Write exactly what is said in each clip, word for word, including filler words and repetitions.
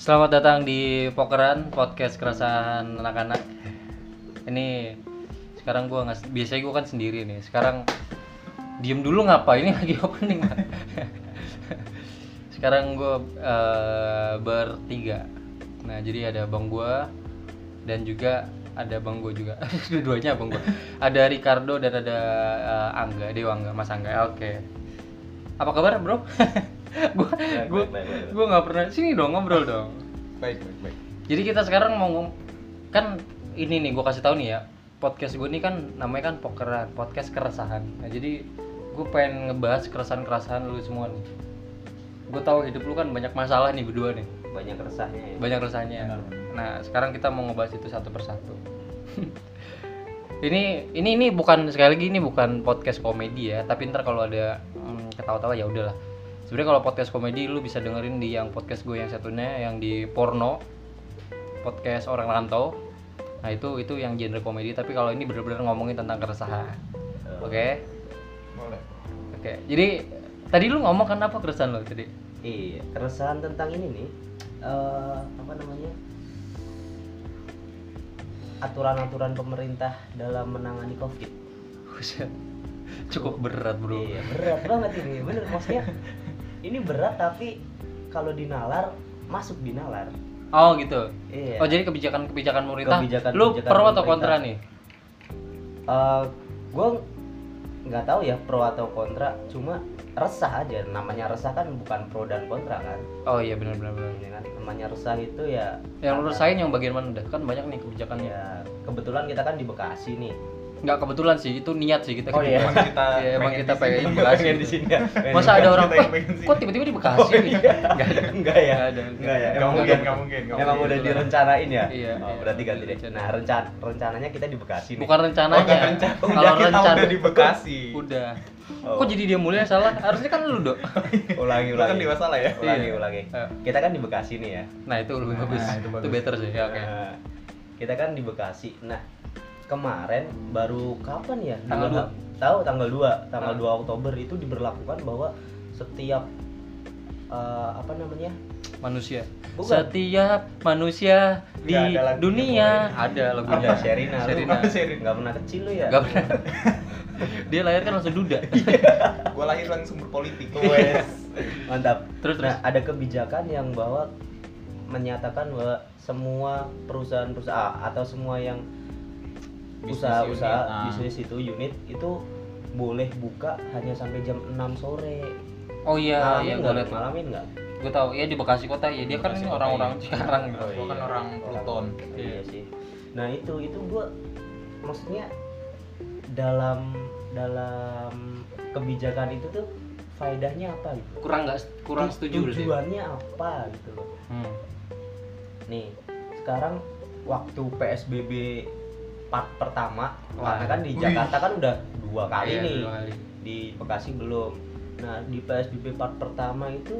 Selamat datang di Pokeran, podcast keresahan anak-anak. Ini sekarang gua nggak, biasanya gua kan sendiri nih. Sekarang diem dulu ngapa? Ini lagi opening. Sekarang gua uh, bertiga. Nah jadi ada bang gua dan juga ada bang gua juga. Dua-duanya bang gua. Ada Ricardo dan ada uh, Angga, Dewa Angga, Mas Angga. Oke. Okay. Apa kabar bro? gue gue gue nggak pernah sini dong ngobrol dong. Baik baik baik. Jadi kita sekarang mau ngom- kan ini nih gue kasih tahu nih ya, podcast gue ini kan namanya kan Pokeran, podcast keresahan. Nah jadi gue pengen ngebahas keresahan-keresahan lu semua nih. Gue tahu hidup lu kan banyak masalah nih berdua nih. Banyak resahnya ya. Banyak resahnya. Nah sekarang kita mau ngebahas itu satu persatu. ini ini ini bukan, sekali lagi ini bukan podcast komedi ya, tapi ntar kalau ada hmm, ketawa-tawa ya udahlah. Sebenarnya kalau podcast komedi lu bisa dengerin di yang podcast gue yang satunya yang di Porno, podcast orang rantau. Nah itu itu yang genre komedi, tapi kalau ini benar-benar ngomongin tentang keresahan. Oke? Okay? Boleh. Oke. Okay. Jadi tadi lu ngomong kan apa keresahan lu tadi? Iya, keresahan tentang ini nih. Uh, apa namanya? Aturan-aturan pemerintah dalam menangani Covid. Cukup berat, bro. Iya, berat banget ini. Bener maksudnya. Ini berat tapi kalau dinalar masuk dinalar. Oh gitu. Iya. Oh jadi kebijakan-kebijakan pemerintah. Kebijakan, lu kebijakan pro atau pemerintah. kontra nih? Uh, gue nggak tahu ya pro atau kontra, cuma resah aja. Namanya resah kan bukan pro dan kontra kan. Oh iya benar-benar. Ini kan namanya resah itu ya. Yang lu resahin yang bagian mana udah? Kan banyak nih kebijakannya. Ya kebetulan kita kan di Bekasi nih. Nggak kebetulan sih, itu niat sih kita. Oh iya. Emang kita ya, emang kita di pengen sini. di Bekasi. Pengen di sini ya. Masa ada orang, Kita yang "Wah, pengen di kok sini." tiba-tiba di Bekasi?" Oh, iya. Enggak ada. Enggak ya? Enggak ada. Enggak ya? Nggak Emang mungkin, udah- nggak mungkin, nggak Emang mungkin. udah direncanain ya? Iya. Oh, Iya, berarti udah ganti deh. direncanain. Nah, rencan rencananya kita di Bekasi nih. Bukan rencananya. Bukan rencana. Kalau Udah, kita rencana udah di Bekasi. Udah. Oh. Kok jadi dia mulia salah? Harusnya kan lu, Dok. Ulangi, Lu kan ulangi. di masalah ya? Ulangi, Iya. ulangi. Ayo. Kita kan di Bekasi nih ya. Nah, itu lebih Nah, bagus. itu Itu, bagus. better sih. Ya, oke. Nah, kita kan di Bekasi. Nah, kemarin baru kapan ya? Tanggal dua. Tahu tanggal dua, tanggal Ah. dua Oktober itu diberlakukan bahwa setiap eh, apa namanya? Manusia. Bukan. Setiap manusia di Nggak ada lagunya, dunia Boy. ada lagunya. Ada Sherina. lu. Sherina. Sherina. Nggak pernah kecil lu ya? Gak pernah. Dia lahir kan langsung duda. Gua lahir langsung berpolitik. Wes. Mantap. Terus terus. Nah, ada kebijakan yang bahwa menyatakan bahwa semua perusahaan-perusahaan atau semua yang Bisnis usaha-usaha unit, ah. bisnis itu unit itu boleh buka hanya sampai jam enam sore. Oh iya, Ngalamin iya nggak? gue liat. Ngalamin nggak? Gue tahu, ya di Bekasi kota ya dia kan Bekasi ini kota, orang-orang iya. Cikarang gitu. Oh, Gua kan iya. orang Pluton. Iya sih. Nah itu itu gua maksudnya dalam dalam kebijakan itu tuh faedahnya apa gitu? Kurang nggak kurang setuju deh. Tujuannya apa gitu loh? Hmm. Nih sekarang waktu P S B B part pertama, Wah. karena kan di Jakarta kan udah dua kali Iya, nih, dua kali. di Bekasi belum. Nah di P S B B part pertama itu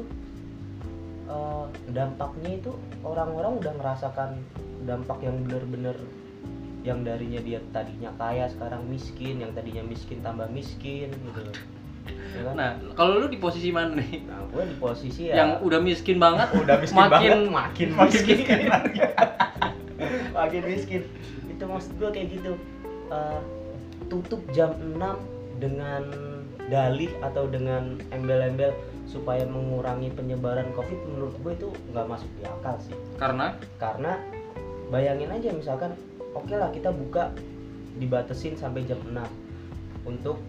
eh, dampaknya itu orang-orang udah merasakan dampak yang bener-bener yang darinya dia tadinya kaya sekarang miskin, yang tadinya miskin tambah miskin gitu. Ya kan? Nah, kalau lu di posisi mana nih? Nah, gue di posisi ya Yang udah miskin banget, Udah miskin makin banget. makin Makin miskin. miskin lagi. makin miskin. Itu maksud gue kayak gitu. Eh, tutup jam enam dengan dalih atau dengan embel-embel supaya mengurangi penyebaran Covid, menurut gue itu nggak masuk di akal sih. karena Karena bayangin aja misalkan, oke lah kita buka dibatesin sampai jam enam untuk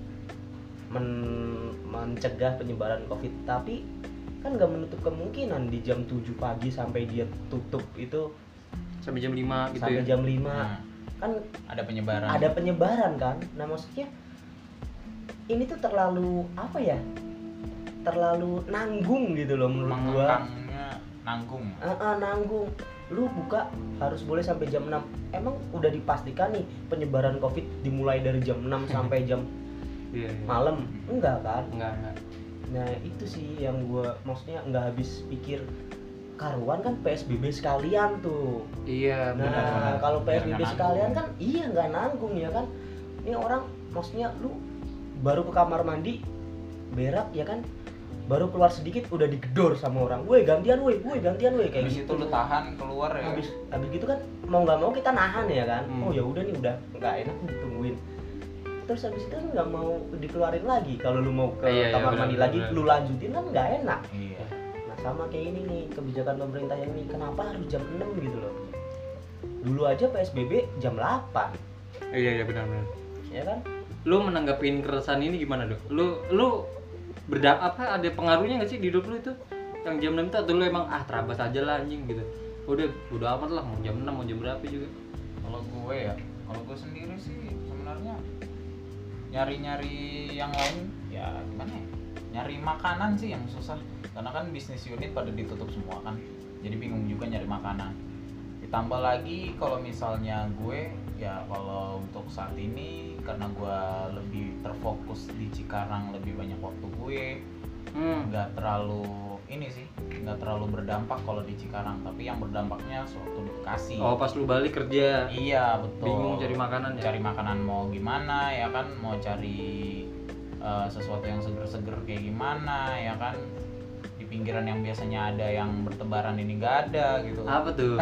men- mencegah penyebaran Covid, tapi kan nggak menutup kemungkinan di jam tujuh pagi sampai dia tutup itu sampai jam lima gitu sampai ya. jam lima Nah, kan ada penyebaran. ada penyebaran kan. Nah maksudnya ini tuh terlalu apa ya, terlalu nanggung gitu loh menurut gua. Mengekangnya nanggung. Ah, ah, nanggung. Lu buka harus boleh sampai jam enam. Emang udah dipastikan nih penyebaran Covid dimulai dari jam enam sampai jam Iya, iya. malam? Enggak kan? Enggak, enggak. Nah itu sih yang gua maksudnya nggak habis pikir. Karuan kan P S B B sekalian tuh. Iya, Nah benar. kalau P S B B Biar nggak sekalian nanggung. kan iya nggak nanggung ya kan. Ini orang maksudnya lu baru ke kamar mandi berak ya kan, baru keluar sedikit udah digedor sama orang, woi gantian woi, woi gantian woi, kayak Habis gitu. itu lu tahan keluar ya. habis habis gitu kan mau nggak mau kita nahan ya kan. Hmm. Oh ya udah nih, udah nggak enak ditungguin, terus habis itu kan nggak mau dikeluarin lagi. Kalau lu mau ke Iya, iya, kamar benar, mandi benar, lagi benar. lu lanjutin kan nggak enak. Iya. Nah sama kayak ini nih kebijakan pemerintah yang ini, kenapa harus jam enam gitu loh. Dulu aja P S B B jam delapan Iya iya benar-benar. ya kan. Lu menanggapin keresahan ini gimana, Dok? Lu lu berda apa ada pengaruhnya nggak sih di hidup lu itu yang jam enam itu, atau lu emang ah terabas aja lah anjing gitu, udah udah amat lah mau jam enam mau jam berapa juga. Kalau gue ya, kalau gue sendiri sih sebenarnya nyari-nyari yang lain ya gimana ya? Nyari makanan sih yang susah. Karena kan bisnis unit pada ditutup semua kan. Jadi bingung juga nyari makanan. Ditambah lagi kalau misalnya gue ya kalau untuk saat ini karena gue lebih terfokus di Cikarang, lebih banyak waktu gue, Hmm. nggak terlalu ini sih, nggak terlalu berdampak kalau di Cikarang, tapi yang berdampaknya sewaktu di Bekasi. Oh pas lu balik kerja Iya betul. bingung cari makanan ya. Cari makanan mau gimana ya kan, mau cari uh, sesuatu yang seger-seger kayak gimana ya kan. Di pinggiran yang biasanya ada yang bertebaran ini nggak ada gitu. Apa tuh?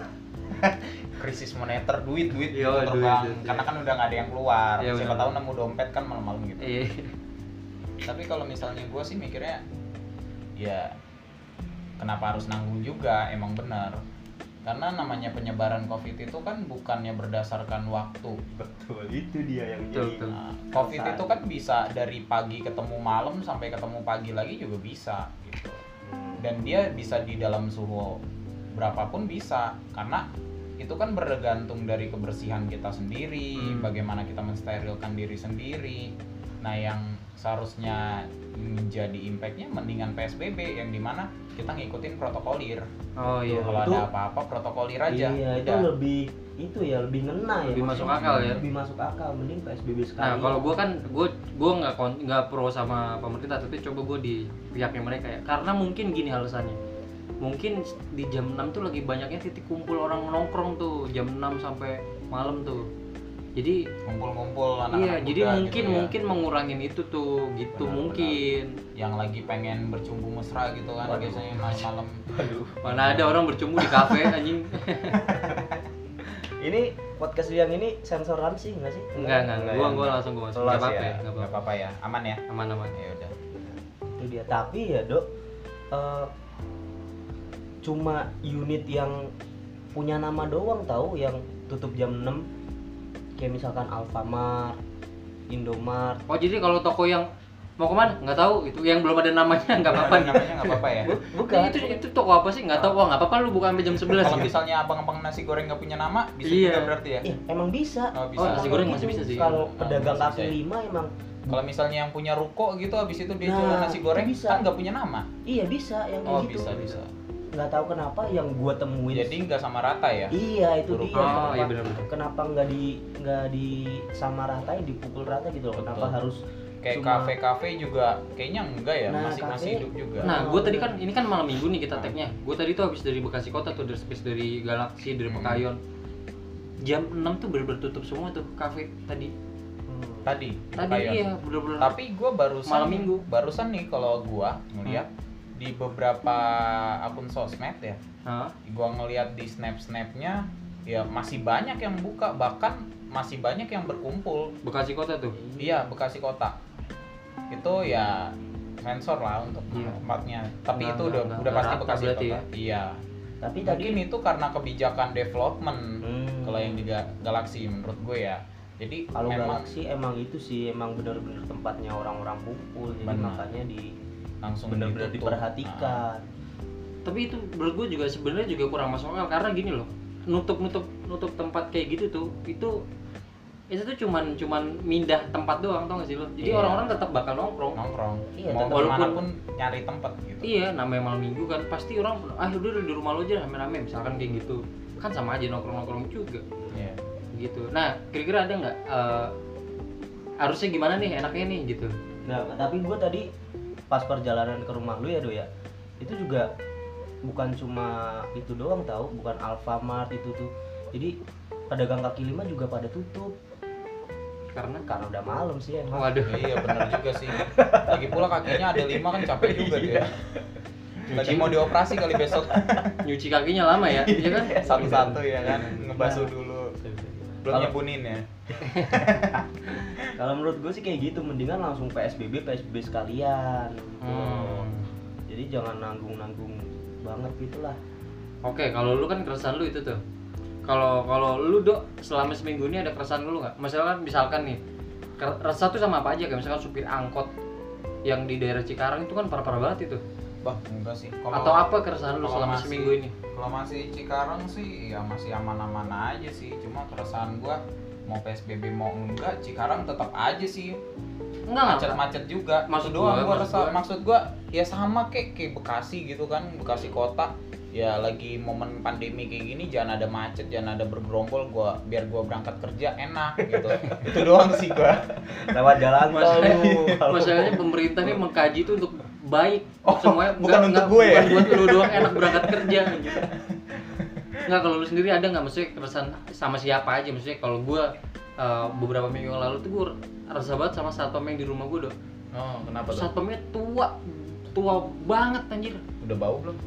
Krisis moneter, duit duit Yo, gitu duit, terbang duit, karena iya. kan udah nggak ada yang keluar. Iya, Siapa benar. tahu nemu dompet kan malam-malam gitu. Iya. Tapi kalau misalnya gue sih mikirnya ya kenapa harus nanggung juga, emang benar. Karena namanya penyebaran COVID itu kan bukannya berdasarkan waktu. Betul, itu dia yang Betul, jadi betul. Nah, COVID itu kan bisa dari pagi ketemu malam sampai ketemu pagi lagi juga bisa gitu. Dan dia bisa di dalam suhu berapapun bisa, karena itu kan bergantung dari kebersihan kita sendiri, Hmm. bagaimana kita mensterilkan diri sendiri. Nah yang seharusnya menjadi impactnya mendingan P S B B yang dimana kita ngikutin protokolir. Oh iya. Kalau Itu- ada apa-apa protokolir aja. Iya, itu udah. lebih itu ya lebih ngena ya. Lebih masuk maksudnya. akal ya. Lebih masuk akal, mending P S B B sekali. Nah kalau gue kan gue gue nggak kon- nggak pro sama pemerintah, tapi coba gue di pihaknya mereka ya, karena mungkin gini alasannya, mungkin di jam enam tuh lagi banyaknya titik kumpul orang nongkrong tuh jam enam sampai malam tuh, jadi Ngumpul-ngumpul anak-anak iya muda jadi mungkin gitu ya. mungkin mengurangin itu tuh gitu. Benar, Mungkin Yang lagi pengen bercumbu mesra gitu kan. Waduh. Biasanya malam-malam. Aduh. mana ada orang bercumbu di kafe anjing. Ini podcast yang ini sensoran sih nggak sih? Enggak enggak, Nggak gua ya? gua langsung gua masuk, Kelas nggak apa-apa ya. ya, nggak Nggak apa-apa, apa-apa ya, aman ya. aman aman. Ya udah. Itu dia. Tapi ya dok, eh, cuma unit yang punya nama doang tahu yang tutup jam enam, kayak misalkan Alfamart, Indomart. Oh jadi kalau toko yang mau kemana nggak tahu, itu yang belum ada namanya nggak apa-apa nih. Namanya nggak apa-apa ya. Bu- Bukan. Itu itu toko apa sih? Nggak tahu. Wah nggak apa-apa, lu buka sampai jam sebelas. Kalau gitu. misalnya abang-abang nasi goreng nggak punya nama, bisa Iya. juga berarti ya. Iya, emang bisa. Oh, bisa. Oh, nasi Kalau goreng gitu, masih bisa sih. Kalau Oh, pedagang masih kaki bisa ya. lima emang Kalau misalnya yang punya ruko gitu, habis itu dia Nah, jualan nasi goreng, bisa. kan nggak punya nama. iya bisa yang kayak Oh gitu. bisa bisa. Nggak tahu kenapa yang gua temuin. Jadi nggak sama rata ya. Iya itu Buruk. dia. Oh, kenapa, iya benar-benar. kenapa nggak di nggak di sama ratain, dipukul rata gitu loh? Kenapa Betul. harus Kayak cuma- kafe-kafe juga kayaknya enggak ya, Nah, masih masih kafe- hidup juga. Nah, Oh, gue tadi bener. kan ini kan malam minggu nih kita tag-nya. Gue tadi tuh habis dari Bekasi Kota tuh, dari space dari Galaxy, dari Hmm. Pekayon. Jam enam tuh bener-bener tutup semua tuh kafe tadi. Hmm. Tadi, di Tadi Pekayon. iya bener-bener. Tapi gue barusan Malam minggu. barusan nih kalau gua ngeliat Hmm. di beberapa akun sosmed ya, Hah? gua ngeliat di snap-snapnya ya masih banyak yang buka, bahkan masih banyak yang berkumpul. Bekasi Kota tuh. Iya, Bekasi Kota. Itu ya sensor lah untuk Iya. tempatnya. Tapi Nggak- itu udah nggak- udah nggak pasti rata Bekasi berarti Kota. ya? Iya. Tapi tadi Mungkin itu karena kebijakan development. Hmm. Kalau yang di Ga- Galaxy menurut gue ya. Jadi kalau memang Galaxy emang itu sih emang benar-benar tempatnya orang-orang kumpul, jadi Benar. makanya di langsung benar-benar ditutup. diperhatikan. Tapi itu menurut gue juga sebenarnya juga kurang masuk akal, karena gini loh, nutup nutup nutup tempat kayak gitu tuh, itu itu tuh cuman cuman mindah tempat doang, tau gak sih lo? Jadi Iya. orang-orang tetap bakal Nah, nongkrong. nongkrong. Iya, Mau tetap- kemana walaupun- pun nyari tempat gitu. Iya, namanya malam minggu kan pasti orang ah udah di rumah lo aja rame-rame misalkan kayak gitu. Kan sama aja nongkrong-nongkrong juga. Iya. Gitu. Nah, kira-kira ada nggak eh, harusnya gimana nih enaknya nih gitu. Nah, tapi gue tadi pas perjalanan ke rumah lu ya do ya, itu juga bukan cuma itu doang tahu, bukan Alfamart itu tuh. Jadi pedagang kaki lima juga pada tutup. Karena karena udah malam sih emang. waduh. Iya benar juga sih. Lagi pula kakinya ada lima kan capek juga dia. Lagi mau dioperasi kali besok. Nyuci kakinya lama ya, iya kan? Satu-satu ya kan, ngebasuh dulu. Belum Kalau- nyebunin ya. Kalau menurut gue sih kayak gitu, mendingan langsung P S B B P S B B sekalian. Hmm. Jadi jangan nanggung-nanggung banget gitulah. Oke, kalau lu kan keresahan lu itu tuh. Kalau kalau lu Dok, selama seminggu ini ada keresahan lu nggak? Misalkan misalkan nih, ker- resah tuh sama apa aja? Kayak misalkan supir angkot yang di daerah Cikarang itu kan parah-parah banget itu. Bah, enggak sih. Kalau- Atau apa keresahan lu kalau selama masih- seminggu ini? Kalau masih Cikarang sih ya masih aman-aman aja sih. Cuma keresahan gua mau P S B B mau enggak, Cikarang tetap aja sih Enggak, macet-macet juga. Maksud Itu doang gua, gua maksud rasa gua. maksud gua ya sama kayak kayak Bekasi gitu kan, Bekasi kota. Ya lagi momen pandemi kayak gini jangan ada macet, jangan ada bergerombol, gua biar gua berangkat kerja enak gitu. Itu doang sih gua. Lewat jalan tol Masalahnya, lu. masalahnya pemerintah ini mengkaji itu untuk baik. Oh, semuanya bukan nggak- untuk nggak- gue ya? bukan buat lu doang enak berangkat kerja gitu. Nggak, kalau lu sendiri ada nggak maksudnya keresahan sama siapa aja? Maksudnya kalau gua uh, beberapa minggu yang lalu tuh gua rasa banget sama satpam yang di rumah gua, Dok. Oh, kenapa tuh? Satpamnya tua, tua banget anjir. Udah bau belum?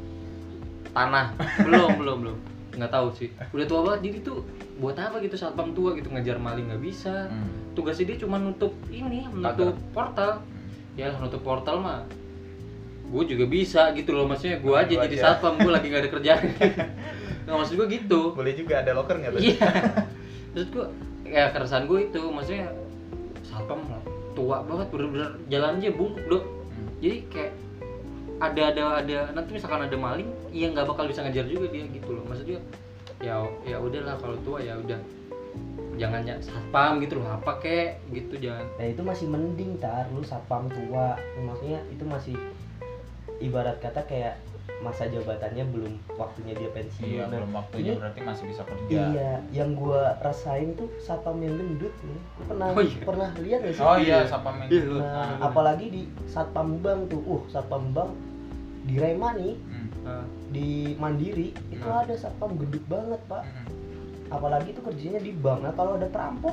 Tanah belum belum belum nggak tahu sih, udah tua banget. Jadi tuh buat apa gitu satpam tua gitu, ngejar maling nggak bisa. Hmm. Tugasnya dia cuma nutup ini, nutup portal. Ya nutup portal mah gue juga bisa gitu loh, maksudnya gue aja Lu jadi aja. satpam, gue lagi nggak ada kerjaan. Nggak, maksud gue gitu. Boleh juga ada locker nggak tuh? Iya, maksud gue ya keresahan gue itu, maksudnya satpam lah tua banget, bener-bener jalan aja bungkuk, Dok. Hmm. Jadi kayak ada ada ada nanti misalkan ada maling, ya nggak bakal bisa ngejar juga dia gitu loh. Maksudnya ya ya udahlah, kalau tua ya udah jangan ya satpam gitu loh, apa kek gitu, jangan. Nah itu masih mending tar, lu satpam tua, maksudnya itu masih ibarat kata kayak masa jabatannya belum waktunya dia pensiun. Iya, Nah, belum waktunya ini- berarti masih bisa kerja. Iya, yang gua rasain tuh satpam yang gendut nih. Lu pernah Oh iya. pernah lihat gak sih? Oh iya, Iya. satpam yang Iya, gitu. lu- Nah, Ah. apalagi di satpam bank tuh, uh satpam bank di Rema nih, Hmm. Nah, di Mandiri itu Hmm. ada satpam gendut banget pak. Hmm. Apalagi itu kerjanya di bank. Nah kalau ada perampok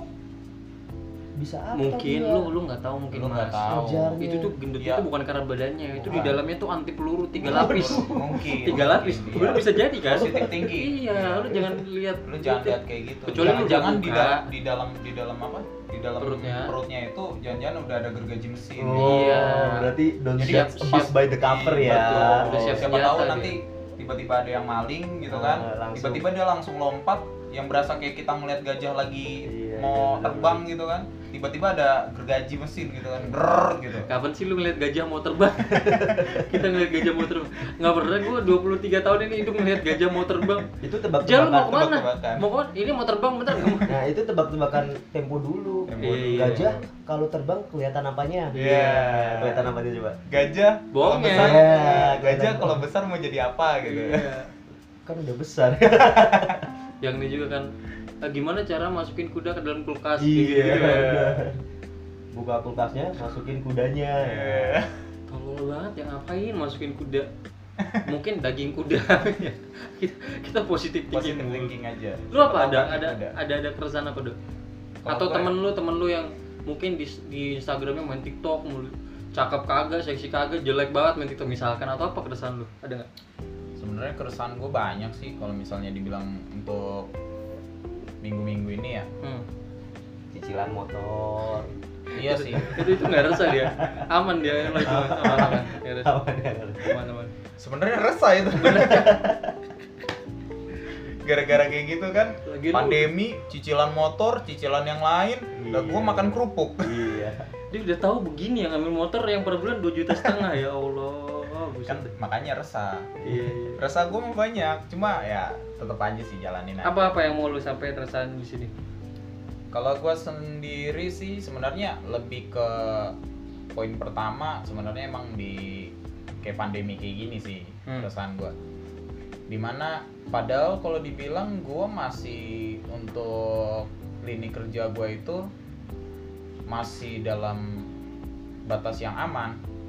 bisa apa mungkin dia? lu lu nggak tahu mungkin Lu nggak Mas. tahu. Ngejarnya. Itu tuh gendut Iya. itu bukan karena badannya, itu di Bukan. dalamnya tuh anti peluru tiga lapis. Mungkin. Tiga lapis, mungkin, bener iya. bisa jadi kan? Positif tinggi. Iya, lu jangan lihat. Lu jangan lihat kayak gitu. Kecuali lu jangan udah di, buka. dalam di dalam di dalam apa? Di dalam Perutnya. perutnya itu jangan-jangan udah ada gergaji mesin. Iya. Berarti don't Jadi judge siap- a book siap- by the cover Iya, ya. betul. Udah siap Siapa senjata tahu dia. nanti tiba-tiba ada yang maling gitu Ah, kan. langsung. Tiba-tiba dia langsung lompat yang berasa kayak kita ngeliat gajah lagi Iya, mau iya, bener. terbang gitu kan. Tiba-tiba ada gergaji mesin gitu kan. Brrrr gitu. Kapan sih lu ngeliat gajah mau terbang? Kita ngeliat gajah mau terbang. Nggak pernah, gua dua puluh tiga tahun ini hidup ngeliat gajah mau terbang. Itu Jal, lu mau tebak-tebakan. kemana? tebak-tebakan. Mau kemana? Ini mau terbang bentar nggak mau? Nah itu tebak-tebakan tempo dulu. Tempo Iya. dulu. Gajah kalau terbang kelihatan apanya? Iya. Kelihatan apanya coba? Gajah Bohong kalau ya. besar, Iya, gajah kelihatan. kalau besar mau jadi apa gitu. Kan udah besar. Yang ini juga kan, "Ah, gimana cara masukin kuda ke dalam kulkas?" Iya. Gitu-gitu kan. bener. Buka kulkasnya, masukin kudanya. Iya. Tolol banget, yang ngapain masukin kuda? Mungkin daging kuda. kita, kita positif Positive thinking. mulu. thinking aja. Lu apa ada Siapa tahu ada ada. ada ada keresahan apa, Dok? Kalau Atau gue- temen lu temen lu yang mungkin di di Instagramnya main TikTok mulu, cakep kagak, seksi kagak, jelek banget main TikTok misalkan, atau apa keresahan lu? Ada nggak? Sebenarnya keresahan gue banyak sih kalau misalnya dibilang untuk minggu-minggu ini ya. Hmm. Cicilan motor. Iya sih. itu itu nggak resah dia, aman dia lagi aman aman ya udah. Apa dia? aman aman Sebenarnya resah itu. Gara-gara kayak gitu kan. Lagi lu- Pandemi, cicilan motor, cicilan yang lain, lah Iya. gue makan kerupuk. Iya. dia udah tahu begini yang ngambil motor yang per bulan dua juta setengah ya Allah, buset Kan deh. makanya resah. Iya, iya. Resah gue mah banyak, cuma ya tetap aja sih jalanin aja. Apa apa yang mau lu sampai keresahan di sini? Kalau gue sendiri sih sebenarnya lebih ke poin pertama sebenarnya emang di kayak pandemi kayak gini sih Hmm. keresahan gue. Dimana padahal kalau dibilang gue masih untuk lini kerja gue itu masih dalam batas yang aman.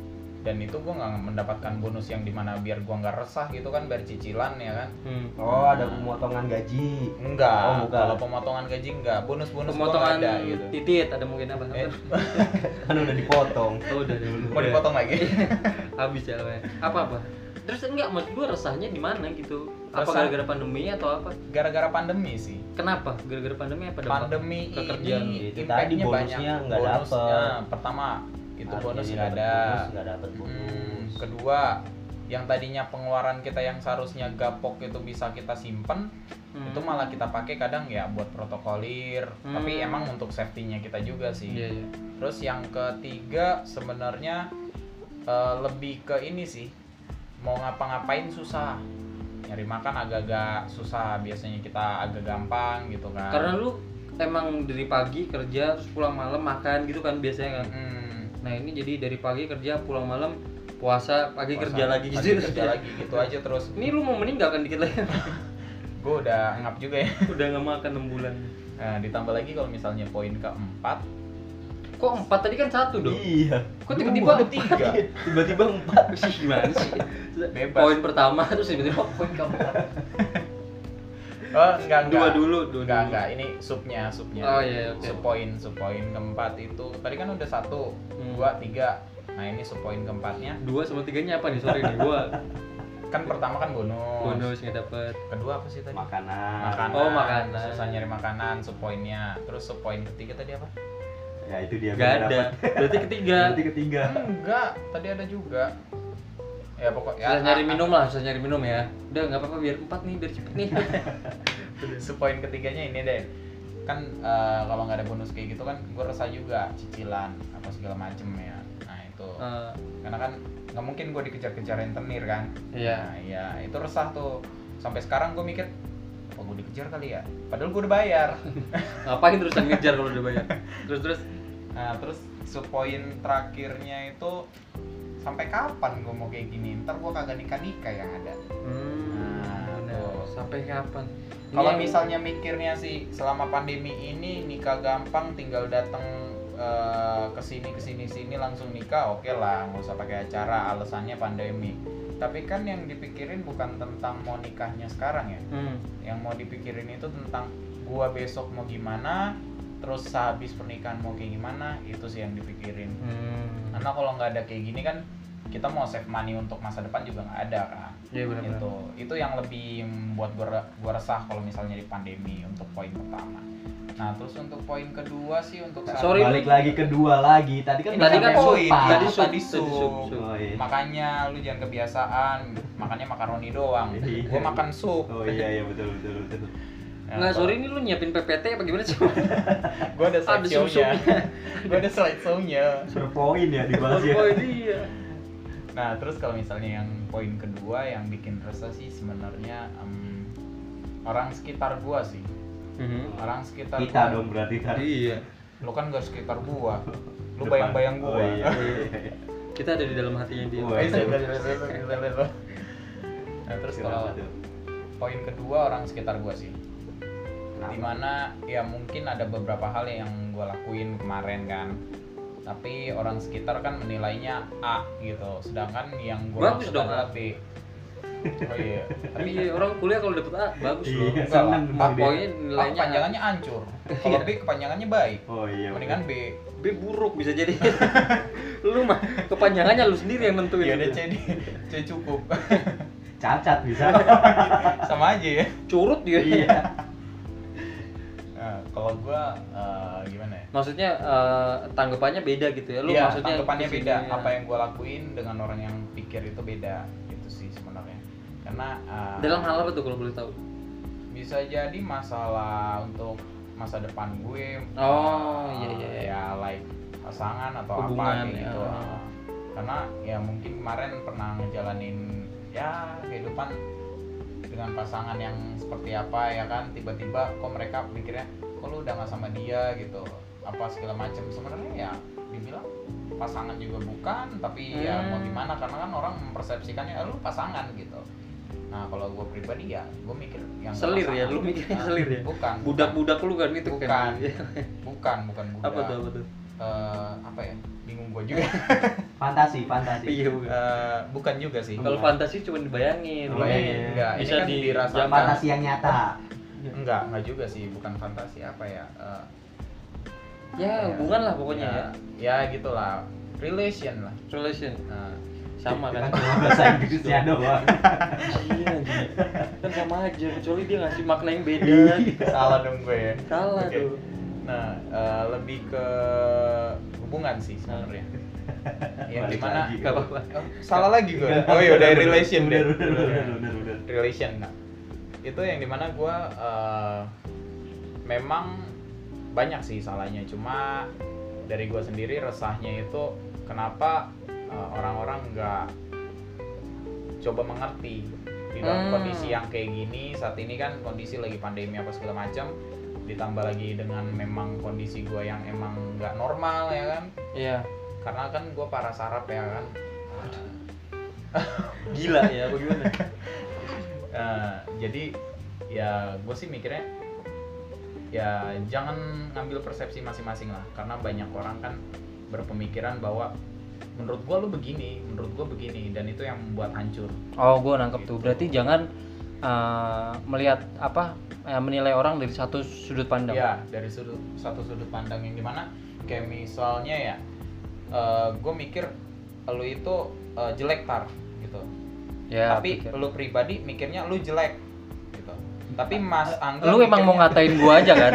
dan itu gue nggak mendapatkan bonus yang dimana biar gue nggak resah gitu kan, biar cicilan ya kan. Hmm. Oh, ada pemotongan gaji. Enggak, Oh, bukan. kalau pemotongan gaji enggak, bonus-bonus gua Pemotongan nggak ada gitu. titit ada mungkin apa? Eh, Kan udah dipotong. Oh, udah dulu. mau dipotong lagi? Habis ya Pak. Apa apa? Terus enggak, maksud gua resahnya di mana gitu? Apa Resah- gara-gara pandemi atau apa? Gara-gara pandemi sih. Kenapa? Gara-gara pandemi apa? dampak Pandemi kekerjaan? ini Itu tadi impact-nya bonusnya banyak. nggak Bonusnya dapet. pertama itu Artinya bonus dia nggak dapet ada. bonus, nggak dapet bonus. Hmm, kedua, yang tadinya pengeluaran kita yang seharusnya gapok itu bisa kita simpen, Hmm. itu malah kita pakai kadang ya buat protokolir. Hmm. Tapi emang untuk safety-nya kita juga sih. Iya, iya. Terus yang ketiga sebenarnya eh, lebih ke ini sih, mau ngapa-ngapain susah, nyari makan agak-agak susah, biasanya kita agak gampang gitu kan. Karena lu emang dari pagi kerja terus pulang malam makan gitu kan biasanya kan. Hmm, Nah, ini jadi dari pagi kerja pulang malam puasa, pagi puasa, kerja lagi pagi gitu. kerja lagi gitu aja terus. Ini lu mau meninggal kan dikit lagi. Gue udah ngap juga ya. Udah nggak makan enam bulan. Nah, ditambah lagi kalau misalnya poin keempat, Kok empat tadi kan satu dong? Iya. Kok tiba-tiba dua, tiga. Tiba-tiba empat. Sih, gimana sih? Bebas. Poin pertama terus tiba-tiba poin keempat. Oh, enggak, enggak. Dua dulu, dua enggak, dulu. enggak. Ini subnya, subnya. Oh, iya, oke. Sub poin, sub poin keempat itu. Tadi kan udah satu, Hmm. dua, tiga. Nah, ini sub poin keempatnya. Dua sama tiganya apa nih? Sorry nih, gua Kan pertama kan bonus. bonus nggak dapet. Kedua apa sih tadi? Makanan. Makanan. Oh, makanan. Susah nyari makanan, sub poinnya. Terus sub poin ketiga tadi apa? Ya itu dia. Nggak gua ada. dapet. Berarti ketiga. Berarti ketiga. Enggak, tadi ada juga. Ya pokoknya Susah nyari minum lah, susah nyari minum ya. Udah nggak apa-apa biar empat nih, biar cepet nih. Sub poin ketiganya ini deh. Kan eh, kalau nggak ada bonus kayak gitu kan gue resah juga, cicilan apa segala macem ya. Nah, itu. Eh, Karena kan nggak mungkin gue dikejar-kejar rentenir kan. Iya. Nah, iya, itu resah tuh. Sampai sekarang gue mikir, apa gue dikejar kali ya? Padahal gue udah bayar. Ngapain terusan ngejar kalau udah bayar? Terus terus Nah, terus sub poin terakhirnya itu sampai kapan gue mau kayak gini? Ntar gue kagak nikah-nikah yang ada. hmm, Nah, benar. tuh. Sampai kapan? Ini Kalau yang- misalnya mikirnya sih selama pandemi ini nikah gampang, tinggal datang eh, ke sini ke sini sini langsung nikah, oke lah, nggak usah pakai acara, alasannya pandemi. Tapi kan yang dipikirin bukan tentang mau nikahnya sekarang ya. Hmm. Yang mau dipikirin itu tentang gua besok mau gimana, terus sehabis pernikahan mau kayak gimana, itu sih yang dipikirin. Hmm. Karena kalau nggak ada kayak gini kan kita mau save money untuk masa depan juga nggak ada kan. Iya, benar-benar. Itu itu yang lebih membuat gua gua resah kalau misalnya di pandemi untuk poin pertama. Nah, terus untuk poin kedua sih untuk saat- Sorry, Balik lagi kedua lagi. Tadi kan Ini Tadi sampai kan poin, empat. tadi itu sub, tadi tadi sub. sub, sub. Oh, iya. Makanya lu jangan kebiasaan makannya makaroni doang. Iya. Gua makan sup. Oh iya iya betul betul betul. Nah, Nggak, kalau- sorry ini lu nyiapin P P T apa gimana sih? Gua ada Ada slideshow-nya. sup-supnya. Gua ada slideshow-nya. Suruh poin ya dibahas ya. Oh iya. Nah, terus kalau misalnya yang poin kedua yang bikin resah sih sebenarnya em, orang sekitar gua sih. Mhm. Orang sekitar Kita gua. dong berarti tadi. Iya. Lu kan gak sekitar gua. Lu Depan. bayang-bayang Oh, gua. iya. Kita ada di dalam hatinya dia. Wah, Eh, iya. Nah, terus Kenapa kalau tuh? poin kedua orang sekitar gua sih. Kenapa? Dimana ya mungkin ada beberapa hal yang gua lakuin kemarin kan, tapi orang sekitar kan menilainya A gitu, sedangkan yang gua Bagus maksud dong, adalah A. B. Oh iya, Tapi tapi orang kuliah kalau dapet A bagus loh. Iya. enggak lah. seneng A dong dia. Poinnya A nilainya kepanjangannya hancur, kalau B kepanjangannya baik, Oh iya. mendingan B. B buruk bisa jadi. Lu mah kepanjangannya lu sendiri yang nentuin. Ya udah gitu. C di C cukup, cacat bisa. sama aja ya. Curut dia. Iya. Nah, kalau gua eh, gimana ya? Maksudnya eh, tanggapannya beda gitu ya. Lu Iya, maksudnya tanggapannya kesini, beda. ya. Apa yang gue lakuin dengan orang yang pikir itu beda, itu sih sebenarnya. Karena uh, dalam hal apa tuh kalau boleh tahu? bisa jadi masalah untuk masa depan gue. Oh, uh, iya, iya, iya. Ya like pasangan atau Hubungan, apa kayak ya. gitu. Uh, karena ya mungkin kemarin pernah ngejalanin ya kehidupan dengan pasangan yang seperti apa ya kan, tiba-tiba kok mereka pikirnya kok lu udah nggak sama dia gitu, apa segala macam. Sebenarnya ya dibilang pasangan juga bukan, tapi ya mau Hmm. gimana, karena kan orang mempersepsikannya "Ah, lu pasangan gitu. Nah kalau gue pribadi ya gue mikir yang nggak Selir ya, pasangan. lu mikirnya Nah, selir ya? bukan Budak-budak lu kan itu Bukan. kan. bukan bukan budak. Apa tuh apa tuh? uh, apa ya? Bingung gue juga. Fantasi, fantasi. Iya bukan. Uh, bukan juga sih. Kalau fantasi cuma dibayangin, Oh, iya. enggak, ini bisa kan dirasakan. Fantasi yang nyata. Enggak, enggak juga sih, bukan fantasi apa ya? Uh, ya hubungan lah pokoknya ya. Ya, ya gitulah. Relation lah. Relation. Nah, Sama kan? Cuma bahasa Inggrisnya doang. Iya anjing. Kan sama aja, kecuali dia ngasih makna yang beda. salah dong gue ya. Salah Oke. tuh. Nah, uh, lebih ke hubungan sih sebenarnya. Yang dimana Gak apa-apa. oh, salah lagi gue. Oh iya udah relation deh. Udah, udah, udah, udah, udah. Relation. Nah, itu yang dimana gue uh, memang banyak sih salahnya. Cuma dari gue sendiri resahnya itu kenapa uh, orang-orang nggak coba mengerti di dalam Hmm. kondisi yang kayak gini. Saat ini kan kondisi lagi pandemi apa segala macam, ditambah lagi dengan memang kondisi gue yang emang nggak normal ya kan, Iya. karena kan gue parah saraf ya kan. Gila ya, apa gimana? Uh, jadi ya gue sih mikirnya ya jangan ngambil persepsi masing-masing lah, karena banyak orang kan berpemikiran bahwa menurut gue lu begini, menurut gue begini, dan itu yang membuat hancur. Oh, gue nangkep tuh. Berarti jangan uh, melihat apa eh, menilai orang dari satu sudut pandang. Ya dari sudut satu sudut pandang yang dimana kayak misalnya ya uh, gue mikir lu itu uh, jelek tar gitu, Ya, tapi pikir. lu pribadi mikirnya lu jelek gitu. Tapi Mas Angga Lu emang mau mikirnya- ngatain gua aja kan?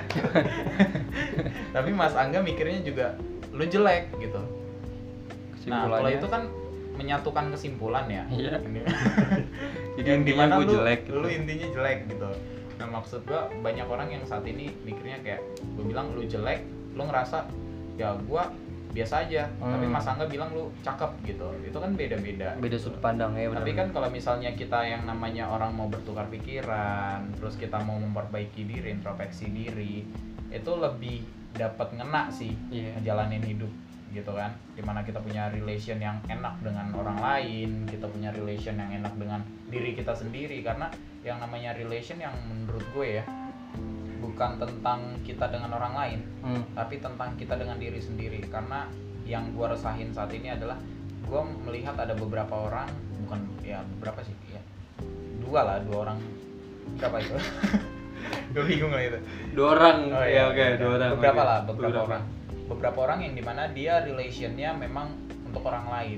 tapi Mas Angga mikirnya juga lu jelek gitu. Nah kalau Kesimpulannya, itu kan menyatukan kesimpulan ya. Iya. Ini- Jadi yang intinya dimana gua lu, jelek gitu. lu intinya jelek gitu. Nah maksud gua banyak orang yang saat ini mikirnya kayak gua bilang lu jelek, lu ngerasa ya gua biasa aja, Hmm. tapi Mas Angga bilang lu cakep gitu. Itu kan beda-beda. beda gitu. sudut pandang ya benar. Tapi kan kalau misalnya kita yang namanya orang mau bertukar pikiran, terus kita mau memperbaiki diri, introspeksi diri, itu lebih dapat ngena sih Iya. ngejalanin hidup gitu kan. Dimana kita punya relation yang enak dengan orang lain, kita punya relation yang enak dengan diri kita sendiri. Karena yang namanya relation yang menurut gue ya bukan tentang kita dengan orang lain, Hmm. tapi tentang kita dengan diri sendiri. Karena yang gue resahin saat ini adalah gue melihat ada beberapa orang, bukan ya beberapa sih ya, dua lah dua orang, berapa itu? Gue bingung lah itu. Dua orang. Oh ya iya, oke, oke. dua orang. Beberapa oke. lah, beberapa, orang. Beberapa orang yang dimana dia relationnya memang untuk orang lain.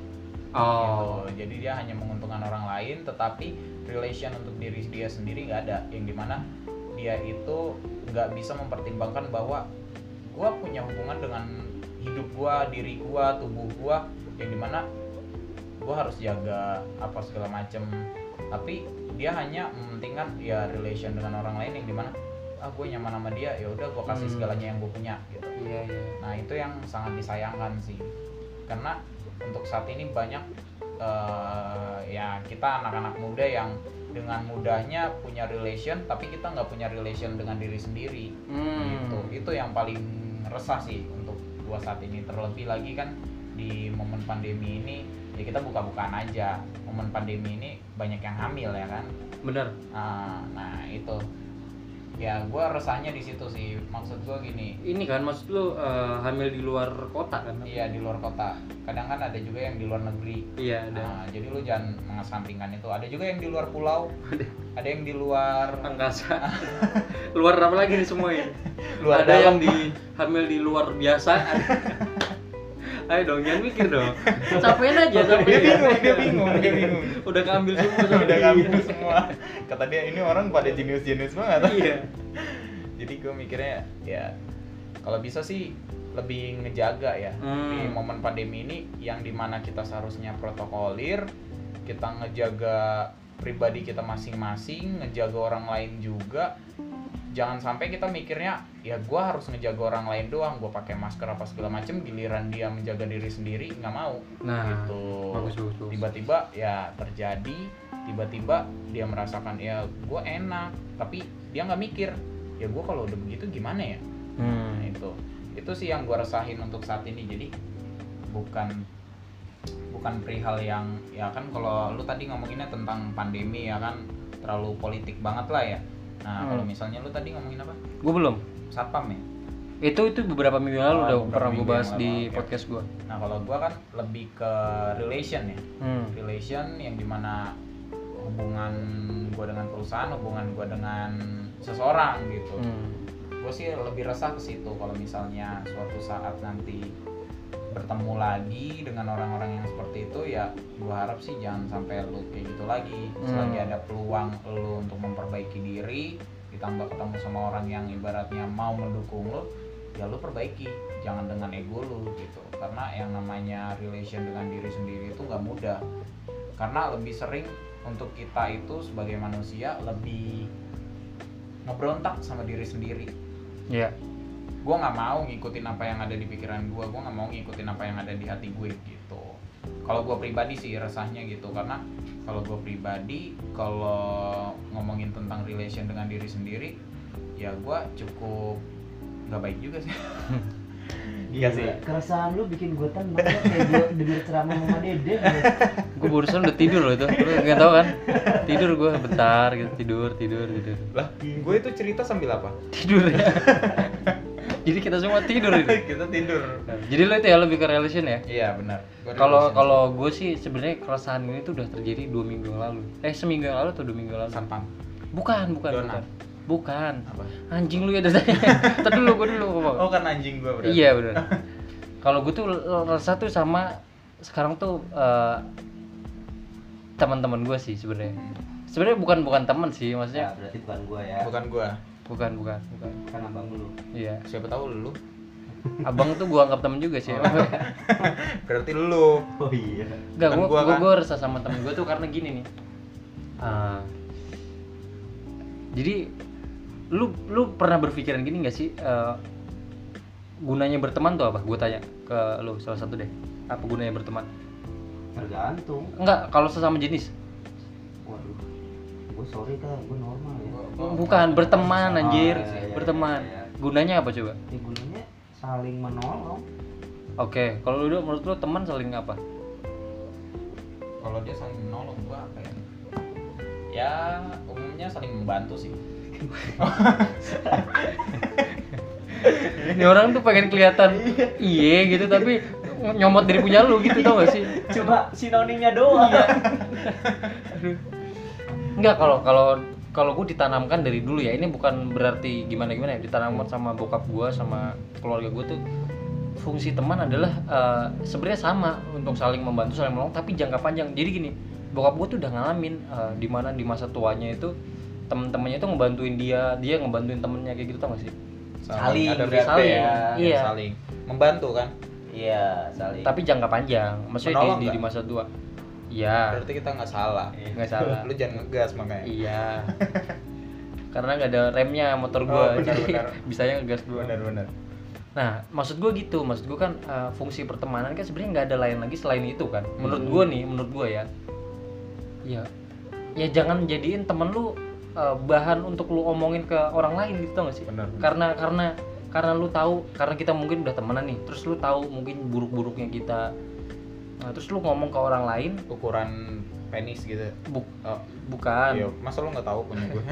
Oh. Gitu. Jadi dia hanya menguntungkan orang lain, tetapi relation untuk diri dia sendiri nggak ada. Yang dimana dia itu nggak bisa mempertimbangkan bahwa gua punya hubungan dengan hidup gua, diri gua, tubuh gua, yang dimana gua harus jaga apa segala macem. Tapi dia hanya mementingkan ya relation dengan orang lain yang dimana ah gue nyaman sama dia, ya udah gue kasih Hmm. segalanya yang gue punya gitu. Iya, iya. Nah itu yang sangat disayangkan sih, karena untuk saat ini banyak uh, ya kita anak-anak muda yang dengan mudahnya punya relation, tapi kita nggak punya relation dengan diri sendiri. Hmm. Gitu. Itu yang paling resah sih untuk gua saat ini. Terlebih lagi kan di momen pandemi ini ya kita buka-bukaan aja. Momen pandemi ini banyak yang hamil ya kan. Bener. Nah, nah itu ya gua resahnya di situ sih. Maksud gua gini, Ini kan maksud lu eh, hamil di luar kota kan? iya di luar kota. Kadang kan ada juga yang di luar negeri. Iya, ada. Nah, jadi lu jangan mengesampingkan itu. Ada juga yang di luar pulau, ada yang di luar Angkasa. Luar apa lagi nih semua ini? luar Ada dalam. yang di hamil di luar biasa. Ayo dong, jangan mikir dong. Capein aja, dia capein. bingung, dia bingung, dia bingung. Udah keambil semua sama Udah dia. ngambil semua. Kata dia ini orang pada jenius-jenius banget. Iya. Jadi gue mikirnya ya kalau bisa sih lebih ngejaga ya Hmm. di momen pandemi ini, yang dimana kita seharusnya protokolir, kita ngejaga pribadi kita masing-masing, ngejaga orang lain juga. Jangan sampai kita mikirnya ya gue harus ngejaga orang lain doang, gue pakai masker apa segala macem, giliran dia menjaga diri sendiri nggak mau. Nah, Gitu. bagus, bagus, bagus. Tiba-tiba ya terjadi, tiba-tiba dia merasakan ya gue enak, tapi dia nggak mikir ya gue kalau udah begitu gimana ya. Hmm. Nah, itu itu sih yang gue resahin untuk saat ini. Jadi bukan bukan perihal yang ya kan, kalau lu tadi ngomonginnya tentang pandemi ya kan terlalu politik banget lah ya. Nah Hmm. kalau misalnya lu tadi ngomongin apa, Gue belum. satpam ya. Itu itu beberapa minggu lalu Oh, udah beberapa pernah gue minggu bahas yang di lalu, oke. podcast gue. Nah kalau gua kan lebih ke relation ya, Hmm. relation yang dimana hubungan gua dengan perusahaan, hubungan gua dengan seseorang gitu. Hmm. Gue sih lebih resah ke situ kalau misalnya suatu saat nanti bertemu lagi dengan orang-orang yang seperti itu, ya gue harap sih jangan sampai lu kayak gitu lagi. Selagi Hmm. ada peluang lu untuk memperbaiki diri, ditambah ketemu sama orang yang ibaratnya mau mendukung lu, ya lu perbaiki, jangan dengan ego lu gitu. Karena yang namanya relation dengan diri sendiri itu nggak mudah, karena lebih sering untuk kita itu sebagai manusia lebih ngebrontak sama diri sendiri. Iya. Gue nggak mau ngikutin apa yang ada di pikiran gue, gue nggak mau ngikutin apa yang ada di hati gue gitu. Kalau gue pribadi sih resahnya gitu, karena kalau gue pribadi kalau ngomongin tentang relation dengan diri sendiri, ya gue cukup nggak baik juga sih. Iya sih. Keresahan lu bikin gue tenang ya, kayak gue denger ceramah Mama Dede gitu. Gue barusan udah tidur loh itu. Lu nggak tahu kan? Tidur gue bentar gitu, tidur, tidur, tidur. Lah, gue itu cerita sambil apa? Tidur ya. Jadi kita semua tidur ini. Kita tidur. Jadi lo itu ya lebih ke relation ya? Iya benar. Gua Kalau relation. kalau gue sih sebenarnya keresahan ini tuh udah terjadi dua minggu yang lalu. Eh seminggu yang lalu atau dua minggu yang lalu? Sampang. Bukan, bukan, Donat. bukan. Bukan. Apa? Anjing lu ya dari tadi. Tadi dulu gue dulu ngomong. Oh kan anjing gue berarti. Iya benar. Kalau gue tuh rasa tuh sama sekarang tuh eh, teman-teman gue sih sebenarnya. Sebenarnya bukan bukan teman sih, Ya, maksudnya berarti bukan gue ya. Bukan gue. bukan bukan bukan. Kan abang lu. Iya. Siapa tahu lu. Abang tuh gue anggap temen juga sih. Oh. Berarti lu. Oh iya. Enggak, Bukan gue gua, gue kan? gue resah sama temen gue tuh karena gini nih. Ah, jadi lu lu pernah berpikiran gini nggak sih eh, gunanya berteman tuh apa? Gue tanya ke lu salah satu deh. Apa gunanya berteman? Tergantung. Enggak, kalau sesama jenis. Waduh. Gue sorry kan, gue normal ya. Bukan berteman anjir, Oh, iya, iya, berteman. iya, iya. Gunanya apa coba? Ya gunanya saling menolong. Oke, kalau lu menurut lu teman saling apa? Kalau dia saling menolong gua apa ya? Ya umumnya saling membantu sih. Ini orang tuh pengen kelihatan iye gitu tapi nyomot diri punya lu gitu tau gak sih? Cuma sinonimnya doang. Enggak, kalau kalau kalau gue ditanamkan dari dulu ya, ini bukan berarti gimana gimana ya, ditanamkan sama bokap gue sama keluarga gue tuh fungsi teman adalah eh, sebenarnya sama untuk saling membantu saling menolong tapi jangka panjang. Jadi gini, bokap gue tuh udah ngalamin eh, di mana di masa tuanya itu temen-temennya itu ngebantuin dia, dia ngebantuin temennya kayak gitu tau gak sih? Saling, ada berarti saling, ya. ya, Iya. saling membantu kan. Iya, saling. Tapi jangka panjang, maksudnya di, Menolong di, nggak? di masa tua. Iya, Berarti kita nggak salah. nggak salah. Lu jangan ngegas makanya. Iya. Karena nggak ada remnya motor gua, Oh, benar, jadi benar. bisanya ngegas dua. Benar-benar. Nah, maksud gua gitu, maksud gua kan uh, fungsi pertemanan kan sebenarnya nggak ada lain lagi selain itu kan. Menurut Hmm. gua nih, menurut gua ya, ya, ya jangan jadiin temen lu uh, bahan untuk lu omongin ke orang lain gitu tau gak sih? Benar. Karena karena karena lu tahu, karena kita mungkin udah temenan nih, terus lu tahu mungkin buruk-buruknya kita, nah, terus lu ngomong ke orang lain, Ukuran penis gitu. buk, Oh, bukan. iya. Masa lu nggak tahu punya gue?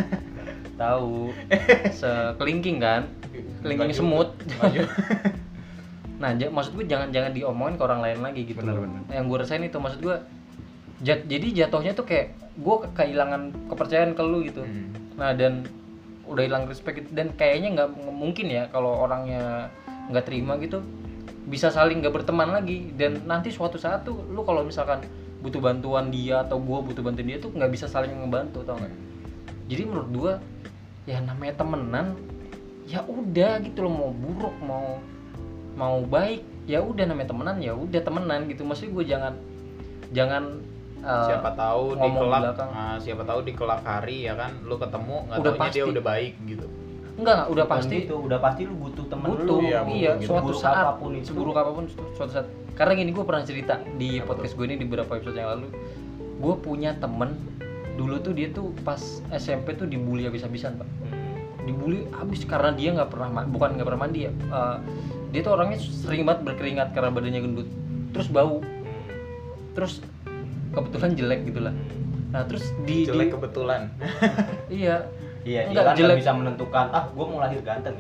Tahu sekelingking kan, kelingking Nggak juga. semut. Nggak juga. Nah, j- maksud gue jangan jangan diomongin ke orang lain lagi gitu. Bener, loh. bener. Yang gue rasain itu, maksud gue jat, jadi jatuhnya tuh kayak gue ke- kehilangan kepercayaan ke lu gitu. Hmm. Nah, dan udah hilang respect gitu. Dan kayaknya nggak nggak mungkin ya kalau orangnya nggak terima gitu bisa saling nggak berteman lagi. Dan nanti suatu saat tuh lu kalau misalkan butuh bantuan dia atau gue butuh bantuan dia tuh nggak bisa saling ngebantu, tau nggak? Jadi menurut gue ya namanya temenan ya udah gitu loh, mau buruk mau mau baik ya udah namanya temenan, ya udah temenan gitu. Maksudnya gue jangan jangan uh, Siapa tahu di ngomong kelak, belakang. ah, siapa tahu di kelak hari ya kan, lu ketemu nggak Udah taunya dia pasti. udah baik gitu. enggak enggak udah Bukan pasti gitu, udah pasti lu butuh temen butuh lu. Iya, iya, butuh gitu. suatu Seburuk saat apapun itu. seburuk apapun su- suatu saat. Karena gini, gue pernah cerita di Apa podcast gue ini di beberapa episode yang lalu, gue punya temen dulu tuh dia tuh pas S M P tuh dibully habis-habisan pak, Hmm. dibully habis karena dia nggak pernah ma- bukan nggak pernah mandi ya. Uh, dia tuh orangnya sering banget berkeringat karena badannya gendut, terus bau, terus kebetulan jelek gitulah. Nah terus di, Jelek di kebetulan. iya Iya, dia Enggak, kan nggak jelek. bisa menentukan, ah gue mau lahir ganteng gitu.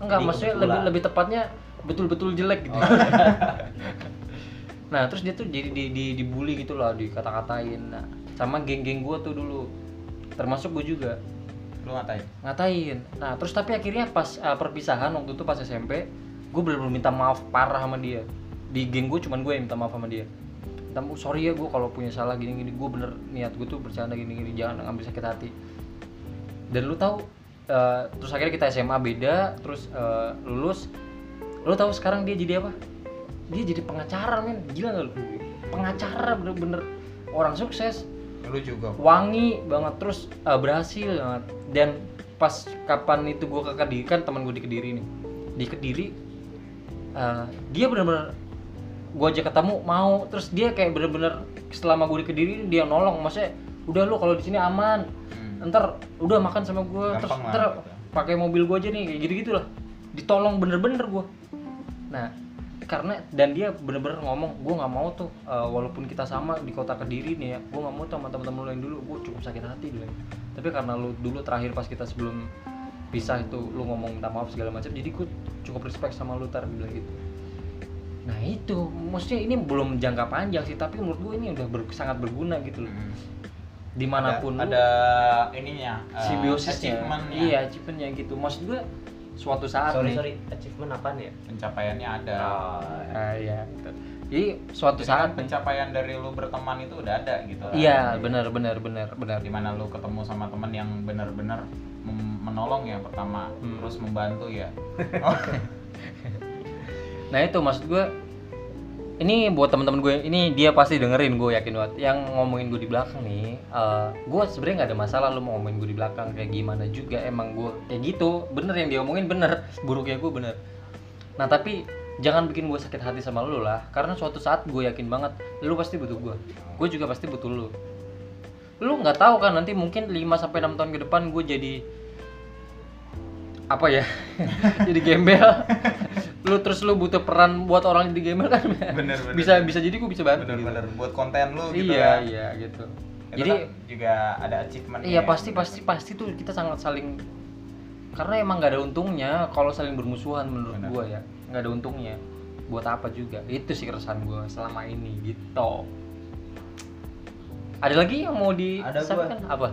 enggak, Ini maksudnya kebetulan. lebih lebih tepatnya betul-betul jelek gitu. Oh. Nah terus dia tuh jadi di, di, dibully gitu lah, dikata-katain. Nah, sama geng-geng gue tuh dulu, termasuk gue juga Lu ngatain? ngatain. Nah terus tapi akhirnya pas uh, perpisahan waktu itu pas S M P, gue bener-bener minta maaf parah sama dia. Di geng gue cuman gue yang minta maaf sama dia. Minta maaf, sorry ya gue kalau punya salah gini-gini, gue bener niat gue tuh bercanda gini-gini, jangan ngambil sakit hati. Dan lu tahu, uh, terus akhirnya kita S M A beda, terus uh, lulus. Lu tahu sekarang dia jadi apa? Dia jadi pengacara, men. Gila gak lu? Pengacara bener-bener orang sukses. Lu juga. Wangi banget, terus uh, berhasil banget. Dan pas kapan itu gue ke Kediri, kan teman gue di Kediri nih, di Kediri uh, dia bener-bener gue aja ketemu mau, terus dia kayak bener-bener selama gue di Kediri dia nolong, maksudnya udah lu kalau di sini aman, hmm. ntar udah makan sama gue, terus lah, ntar gitu. pakai mobil gue aja nih, kayak gitu gitulah, ditolong bener-bener gue. Nah karena dan dia bener-bener ngomong, gue nggak mau tuh uh, walaupun kita sama di kota Kediri nih ya, gue nggak mau tuh sama teman-teman lu yang dulu, gue cukup sakit hati bilang. Tapi karena lu dulu terakhir pas kita sebelum pisah itu lu ngomong minta maaf segala macam, jadi gue cukup respect sama lu, tar bilang gitu. Nah itu maksudnya ini belum jangka panjang sih, tapi menurut gue ini udah ber, sangat berguna gitu loh. Hmm. Dimanapun ada, lu, ada ininya uh, simbiosisnya, achievementnya. iya achievementnya gitu. Maksud gue suatu saat sorry nih, sorry achievement apaan ya? Pencapaiannya ada. Oh, ah, iya. Gitu. Jadi suatu Jadi saat kan pencapaian dari lu berteman itu udah ada gitu. Iya, benar benar benar benar. Dimana lu ketemu sama teman yang benar-benar mem- menolong ya pertama, hmm. terus membantu ya. Nah itu maksud gue, ini buat teman-teman gue, ini dia pasti dengerin, gue yakin banget. Yang ngomongin gue di belakang nih, uh, gue sebenarnya nggak ada masalah lu mau ngomongin gue di belakang kayak gimana juga, emang gue kayak gitu, bener yang dia ngomongin bener, buruknya gue bener. Nah tapi jangan bikin gue sakit hati sama lu lah, karena suatu saat gue yakin banget lu pasti butuh gue, gue juga pasti butuh lu. Lu nggak tahu kan nanti mungkin lima sampai enam tahun ke depan gue jadi apa ya, jadi gembel. Lu terus lu butuh peran buat orang jadi gamer kan, bener, bener, bisa bener. bisa jadi gue bisa bantu. Bener gitu. bener buat konten lu gitu iya, kan. Iya gitu. Itu Jadi kan juga ada achievement. Iya pasti pasti pasti tuh kita sangat saling, karena emang nggak ada untungnya kalau saling bermusuhan menurut Bener. gue ya, nggak ada untungnya. Buat apa juga? Itu sih keresahan gue selama ini gitu. Ada lagi yang mau disampaikan apa?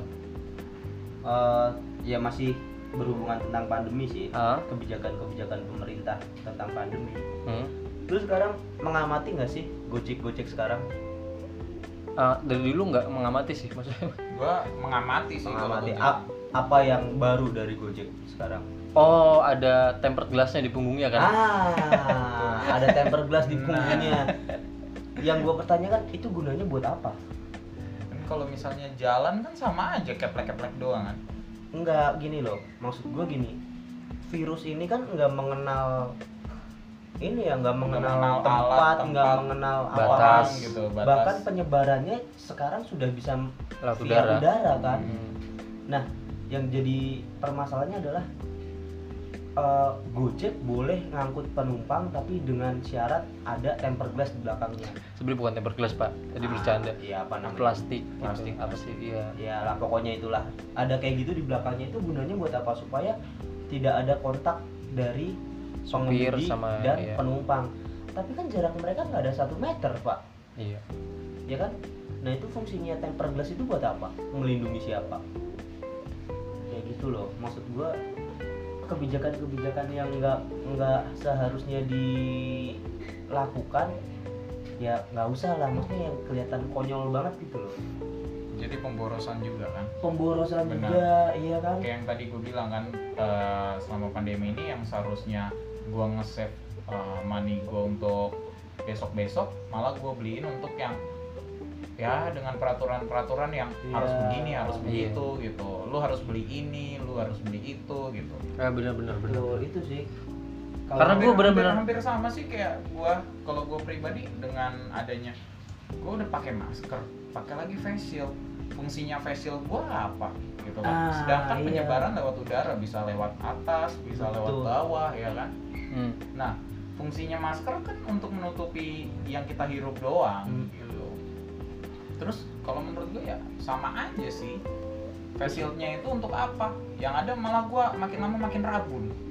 Uh, ya masih berhubungan tentang pandemi sih, uh? kebijakan-kebijakan pemerintah tentang pandemi. Hmm? Terus sekarang mengamati nggak sih Gojek-Gojek sekarang? Uh, dari dulu nggak mengamati sih maksudnya. Gua mengamati sih. Mengamati A- apa yang baru dari Gojek sekarang? Oh ada tempered glassnya di punggungnya kan? Ah, ada tempered glass di punggungnya. Yang gue pertanyakan itu gunanya buat apa? Kan kalau misalnya jalan kan sama aja keplek-keplek doang kan. Enggak, gini loh, maksud gue gini, virus ini kan nggak mengenal ini ya, nggak mengenal, mengenal tempat, alat, nggak tempat, mengenal batas, apa gitu, batas. bahkan penyebarannya sekarang sudah bisa Lewat via udara. udara kan. Hmm. Nah, yang jadi permasalahannya adalah uh, Gojek boleh ngangkut penumpang tapi dengan syarat ada tempered glass di belakangnya. Sebenarnya bukan tempered glass pak, tadi Ah, bercanda. Iya, apa namanya? Plastik, Plastik. gitu. Apa sih? Iya. Ya lah pokoknya itulah, ada kayak gitu di belakangnya. Itu gunanya buat apa? Supaya tidak ada kontak dari Supir pengemudi sama dan iya. penumpang. Tapi kan jarak mereka nggak ada satu meter pak, Iya. ya kan? Nah itu fungsinya tempered glass itu buat apa? Melindungi siapa? Ya gitu loh, maksud gua kebijakan-kebijakan yang nggak nggak seharusnya dilakukan ya nggak usah lah, maksudnya yang kelihatan konyol banget gitu loh. Jadi pemborosan juga kan. Pemborosan Benar. juga, iya kan? Kayak yang tadi gue bilang kan, uh, selama pandemi ini yang seharusnya gue nge-save uh, money gue untuk besok-besok, malah gue beliin untuk yang ya dengan peraturan-peraturan yang Iya. harus begini, harus Iya. begitu gitu. Lu harus beli ini, lu harus beli itu gitu. Ah benar-benar benar. Betul, itu sih. Karena Hampir- gua bener-bener- hampir, hampir sama sih kayak gue, kalau gue pribadi dengan adanya gue udah pakai masker, pakai lagi face shield. Fungsinya face shield gue apa gitu kan? Ah, Sedangkan iya. penyebaran lewat udara bisa lewat atas, bisa lewat Betul. bawah ya kan. Hmm. Nah, fungsinya masker kan untuk menutupi yang kita hirup doang Hmm. gitu. Terus kalau menurut gue ya sama aja sih. Face shieldnya itu untuk apa? Yang ada malah gue makin lama makin rabun.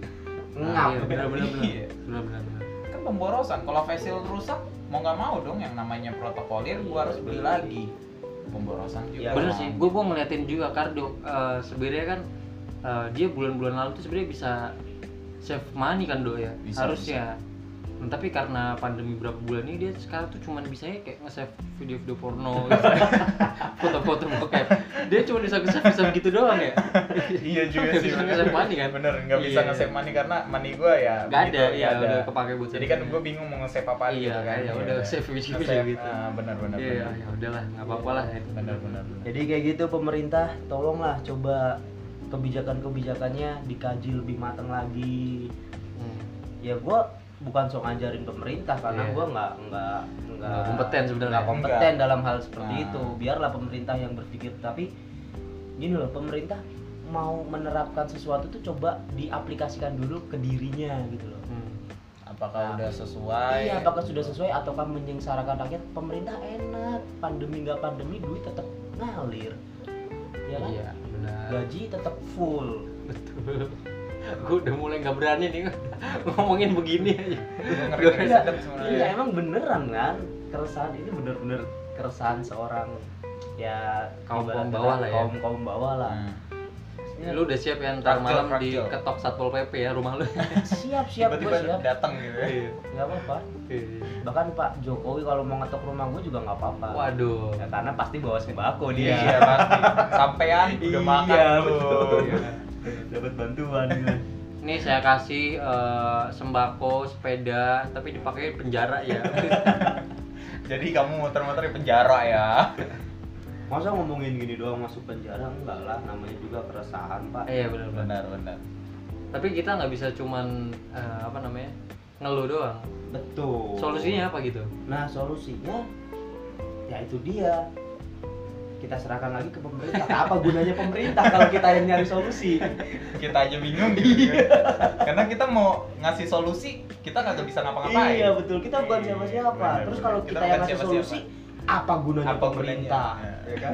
ngap. Iya, benar-benar benar. Iya. Benar-benar benar. Kan pemborosan. Kalau face shield rusak mau nggak mau dong yang namanya protokolir gua harus beli lagi. Pemborosan juga. Ya, Bener emang. sih, gue gua ngeliatin juga Kardo eh, sebenarnya kan eh, dia bulan-bulan lalu tuh sebenarnya bisa save money kan Do ya, Bisa, harusnya. Nah, tapi karena pandemi berapa bulan ini dia sekarang tuh cuman bisanya kayak nge-save video-video porno, gitu. Foto-foto bokep. Dia cuma bisa nge-save bisa begitu doang ya. Iya juga Nggak sih. bisa nge-save money kan? Bener, nggak bisa Iya. nge-save money karena money gua ya Nggak begitu, ada, nggak ya ada. udah kepake buat Jadi kan gue bingung mau nge-save apa Iya, gitu kan. ya udah, save video Nge-save, gitu. ah, bener bener Iya, bener. ya udahlah, nggak apa-apa lah. itu. Bener bener bener. Jadi kayak gitu pemerintah tolonglah coba kebijakan-kebijakannya dikaji lebih matang lagi. Hmm. Ya gua bukan sok ngajarin pemerintah karena Iya. gua nggak nggak Nggak kompeten sebenarnya. nggak kompeten Enggak. dalam hal seperti Nah. itu. Biarlah pemerintah yang berpikir, tapi gini loh, pemerintah mau menerapkan sesuatu tuh coba diaplikasikan dulu ke dirinya gitu loh. Hmm. Apakah udah sesuai? Iya, apakah sudah sesuai ataukah menyengsarakan rakyat? Pemerintah enak, pandemi nggak pandemi duit tetap ngalir, ya kan? Iya, benar. Gaji tetap full. Betul. Gue udah mulai nggak berani nih ngomongin begini aja. Ngeri-ngeri Iya, sedap sebenarnya. iya, emang beneran kan, keresahan ini bener-bener keresahan seorang ya Kaum- kaum ibarat bawah kata lah ya. kaum kaum bawah lah. Nah, Ya, Lu udah siap ya ntar Praktil, malam praktil. diketok Satpol P P ya rumah lu? siap siap gue tiba-tiba siap, datang gitu ya. nggak apa-apa. Bahkan Pak Jokowi kalau mau ngetok rumah gue juga nggak apa-apa. Waduh. Ya, karena pasti bawa sembako dia. Iya pasti. Sampean udah makan Iya, belum? betul. Dapat bantuan. Nih saya kasih eh, sembako, sepeda, tapi dipakai penjara ya. Jadi kamu muter-muter di penjara ya. Masa ngomongin gini doang masuk penjara? Enggak lah, namanya juga keresahan Pak. Iya benar benar. Benar benar. Tapi kita nggak bisa cuman eh, apa namanya ngeluh doang. Betul. Solusinya apa gitu? Nah solusinya ya itu dia, kita serahkan lagi ke pemerintah. Apa gunanya pemerintah kalau kita yang nyari solusi? Kita aja bingung gitu. kan. Karena kita mau ngasih solusi, kita nggak bisa ngapa-ngapain. Iya betul, kita bukan Iya, siapa-siapa. benar, Terus benar. kalau Kita kita, bukan yang ngasih siapa-siapa. solusi, apa gunanya Apa pemerintah? gunanya? Ya kan?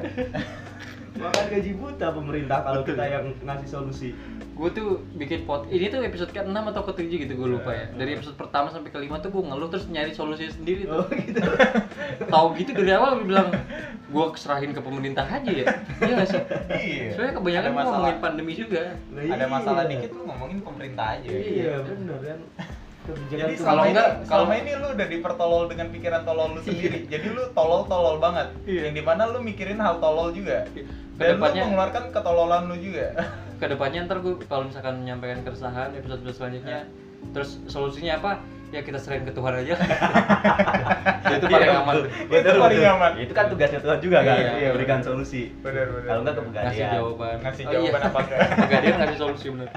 Makan gaji buta pemerintah kalau kita yang ngasih solusi. Gue tuh bikin pot, ini tuh episode ke enam atau ke tujuh gitu gue lupa ya. Dari episode pertama sampai kelima tuh gue ngeluh terus nyari solusi sendiri tuh. Oh gitu. Tahu gitu dari awal gue bilang gue serahin ke pemerintah aja ya. Iya nggak sih? Iya. Soalnya kebanyakan Ada gue masalah. ngomongin pandemi juga. Nah, Ada iya. masalah dikit lu ngomongin pemerintah aja. Iya benar kan. Kebijakan Jadi tuh- selama Kalau ini, enggak, selama kalau- ini lu udah dipertolol dengan pikiran tolol lu sendiri. Jadi lu tolol-tolol banget. Iya. Yang dimana lu mikirin hal tolol juga. Dan Kedepannya- lu mengeluarkan ketololan lu juga. Kedepannya ntar gue kalau misalkan menyampaikan keresahan episode selanjutnya, terus solusinya apa? Ya kita serahin ke Tuhan aja. Itu paling Iya, aman. betul. Itu Betul, paling betul. aman. Itu kan tugasnya Tuhan juga kan, Iya, iya. berikan solusi. Benar benar. Kalau enggak ke Ngasih pegadaian. jawaban. Ngasih Oh, jawaban iya. apa enggak? Pegadaian ngasih solusi bener.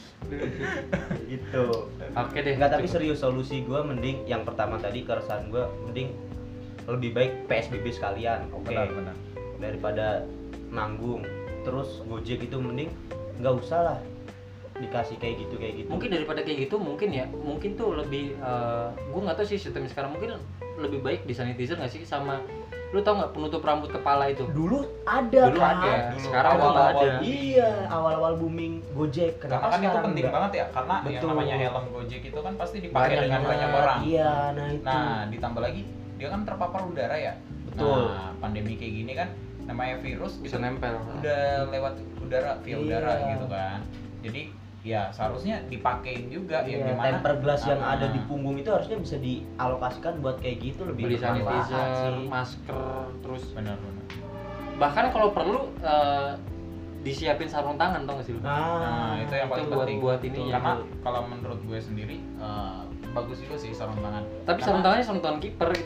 Gitu. Oke deh. Enggak, tapi cukup. serius, solusi gue mending yang pertama tadi, keresahan gue mending lebih baik P S B B sekalian, oke. Benar benar. Daripada nanggung. Terus Gojek itu mending nggak usah lah dikasih kayak gitu kayak gitu. Mungkin daripada kayak gitu mungkin ya mungkin tuh lebih uh, gue nggak tahu sih sistem sekarang mungkin lebih baik di sanitizer nggak sih sama lu tau nggak penutup rambut kepala itu Dulu ada dulu kan? ada Dulu sekarang udah nggak awal-awal ada Iya, awal-awal booming Gojek. Karena Kenapa kan itu sekarang penting nggak? banget ya, karena yang Betul. namanya helm Gojek itu kan pasti dipakai Banyak dengan banget. banyak orang. Iya, nah itu. Nah, ditambah lagi dia kan terpapar udara ya. Betul. Nah, pandemi kayak gini kan namanya virus bisa itu nempel udah lewat udara, via udara Iya. gitu kan. Jadi ya seharusnya dipakein juga yang Iya, dimana temper glass yang Ah. ada di punggung itu harusnya bisa dialokasikan buat kayak gitu, lebih beli bermanfaat sanitizer sih. masker terus benar-benar. bahkan kalau perlu uh, disiapin sarung tangan tau gak sih lu Nah, itu yang paling buat penting. buat ini ya Karena kalau menurut gue sendiri eh, bagus juga sih sarung tangan. tapi Karena- sarung tangannya sarung tangan kiper gitu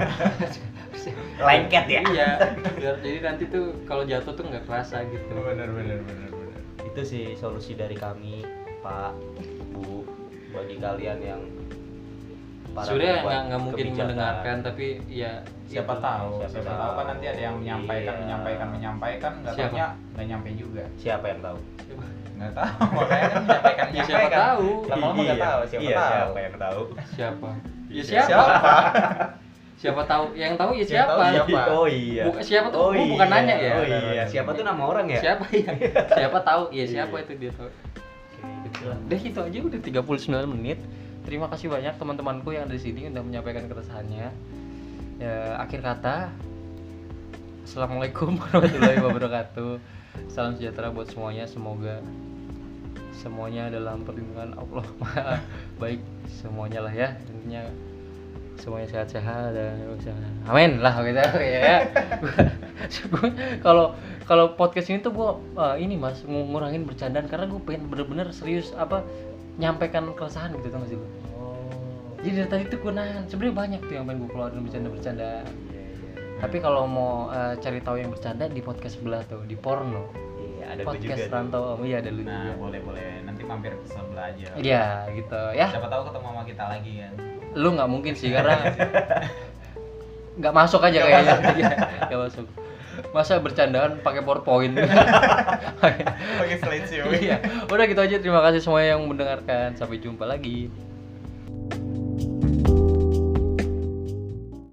Lengket ya. iya biar jadi nanti tuh kalau jatuh tuh nggak kerasa gitu benar benar benar benar. Itu sih solusi dari kami, Pak, Bu, bagi kalian yang para Sudah pembuat nggak nggak mungkin kebijakan. mendengarkan tapi ya Siapa Itu, tahu, siapa siapa, tahu. tahu kan nanti ada yang menyampaikan, Iya. menyampaikan, menyampaikan, nggak Siapa? taunya nggak nyampe juga. Siapa yang tahu? Nggak tahu, makanya kan menyampaikan, Ya, siapa menyampaikan. tahu. Lama-lama nggak Iya, tahu, siapa iya, tahu. siapa yang tahu? siapa ya Iya, siapa siapa tahu yang tahu ya Yang siapa tahu siapa? Oh iya. Bukan siapa tuh, Oh gua bukan iya. nanya ya. Oh iya, siapa tuh nama orang ya? siapa ya siapa tahu ya siapa Iya. itu dia tahu Oke. gitu lah. Udah itu aja udah tiga puluh sembilan menit. Terima kasih banyak teman-temanku yang ada di sini udah menyampaikan keresahannya. Ya, akhir kata, Assalamualaikum warahmatullahi wabarakatuh. Salam sejahtera buat semuanya. Semoga semuanya dalam perlindungan Allah Maha Baik semuanya lah ya. Intinya semuanya sehat-sehat dan amin lah gitu ya. Kalau kalau podcast ini tuh gua uh, ini Mas ngurangin bercandaan karena gue pengen bener-bener serius apa nyampaikan keresahan gitu tuh nggak sih lu? Oh. Jadi dari tadi tuh gue nahan, sebenarnya banyak tuh yang pengen gue keluarin bercanda-bercanda. Iya, iya. Tapi kalau mau uh, cari tahu yang bercanda di podcast sebelah tuh, di Porno. Iya, ada gue Podcast juga. Rantau Om, iya ada lu Nah, juga. boleh boleh nanti mampir ke sebelah aja. Iya, gitu ya. Siapa tahu ketemu sama kita lagi kan. Lu nggak mungkin sih karena nggak masuk aja kayaknya. Iya, nggak masuk. Masa bercandaan pakai PowerPoint. Pakai slideshow. Iya. Udah gitu aja. Terima kasih semua yang mendengarkan. Sampai jumpa lagi.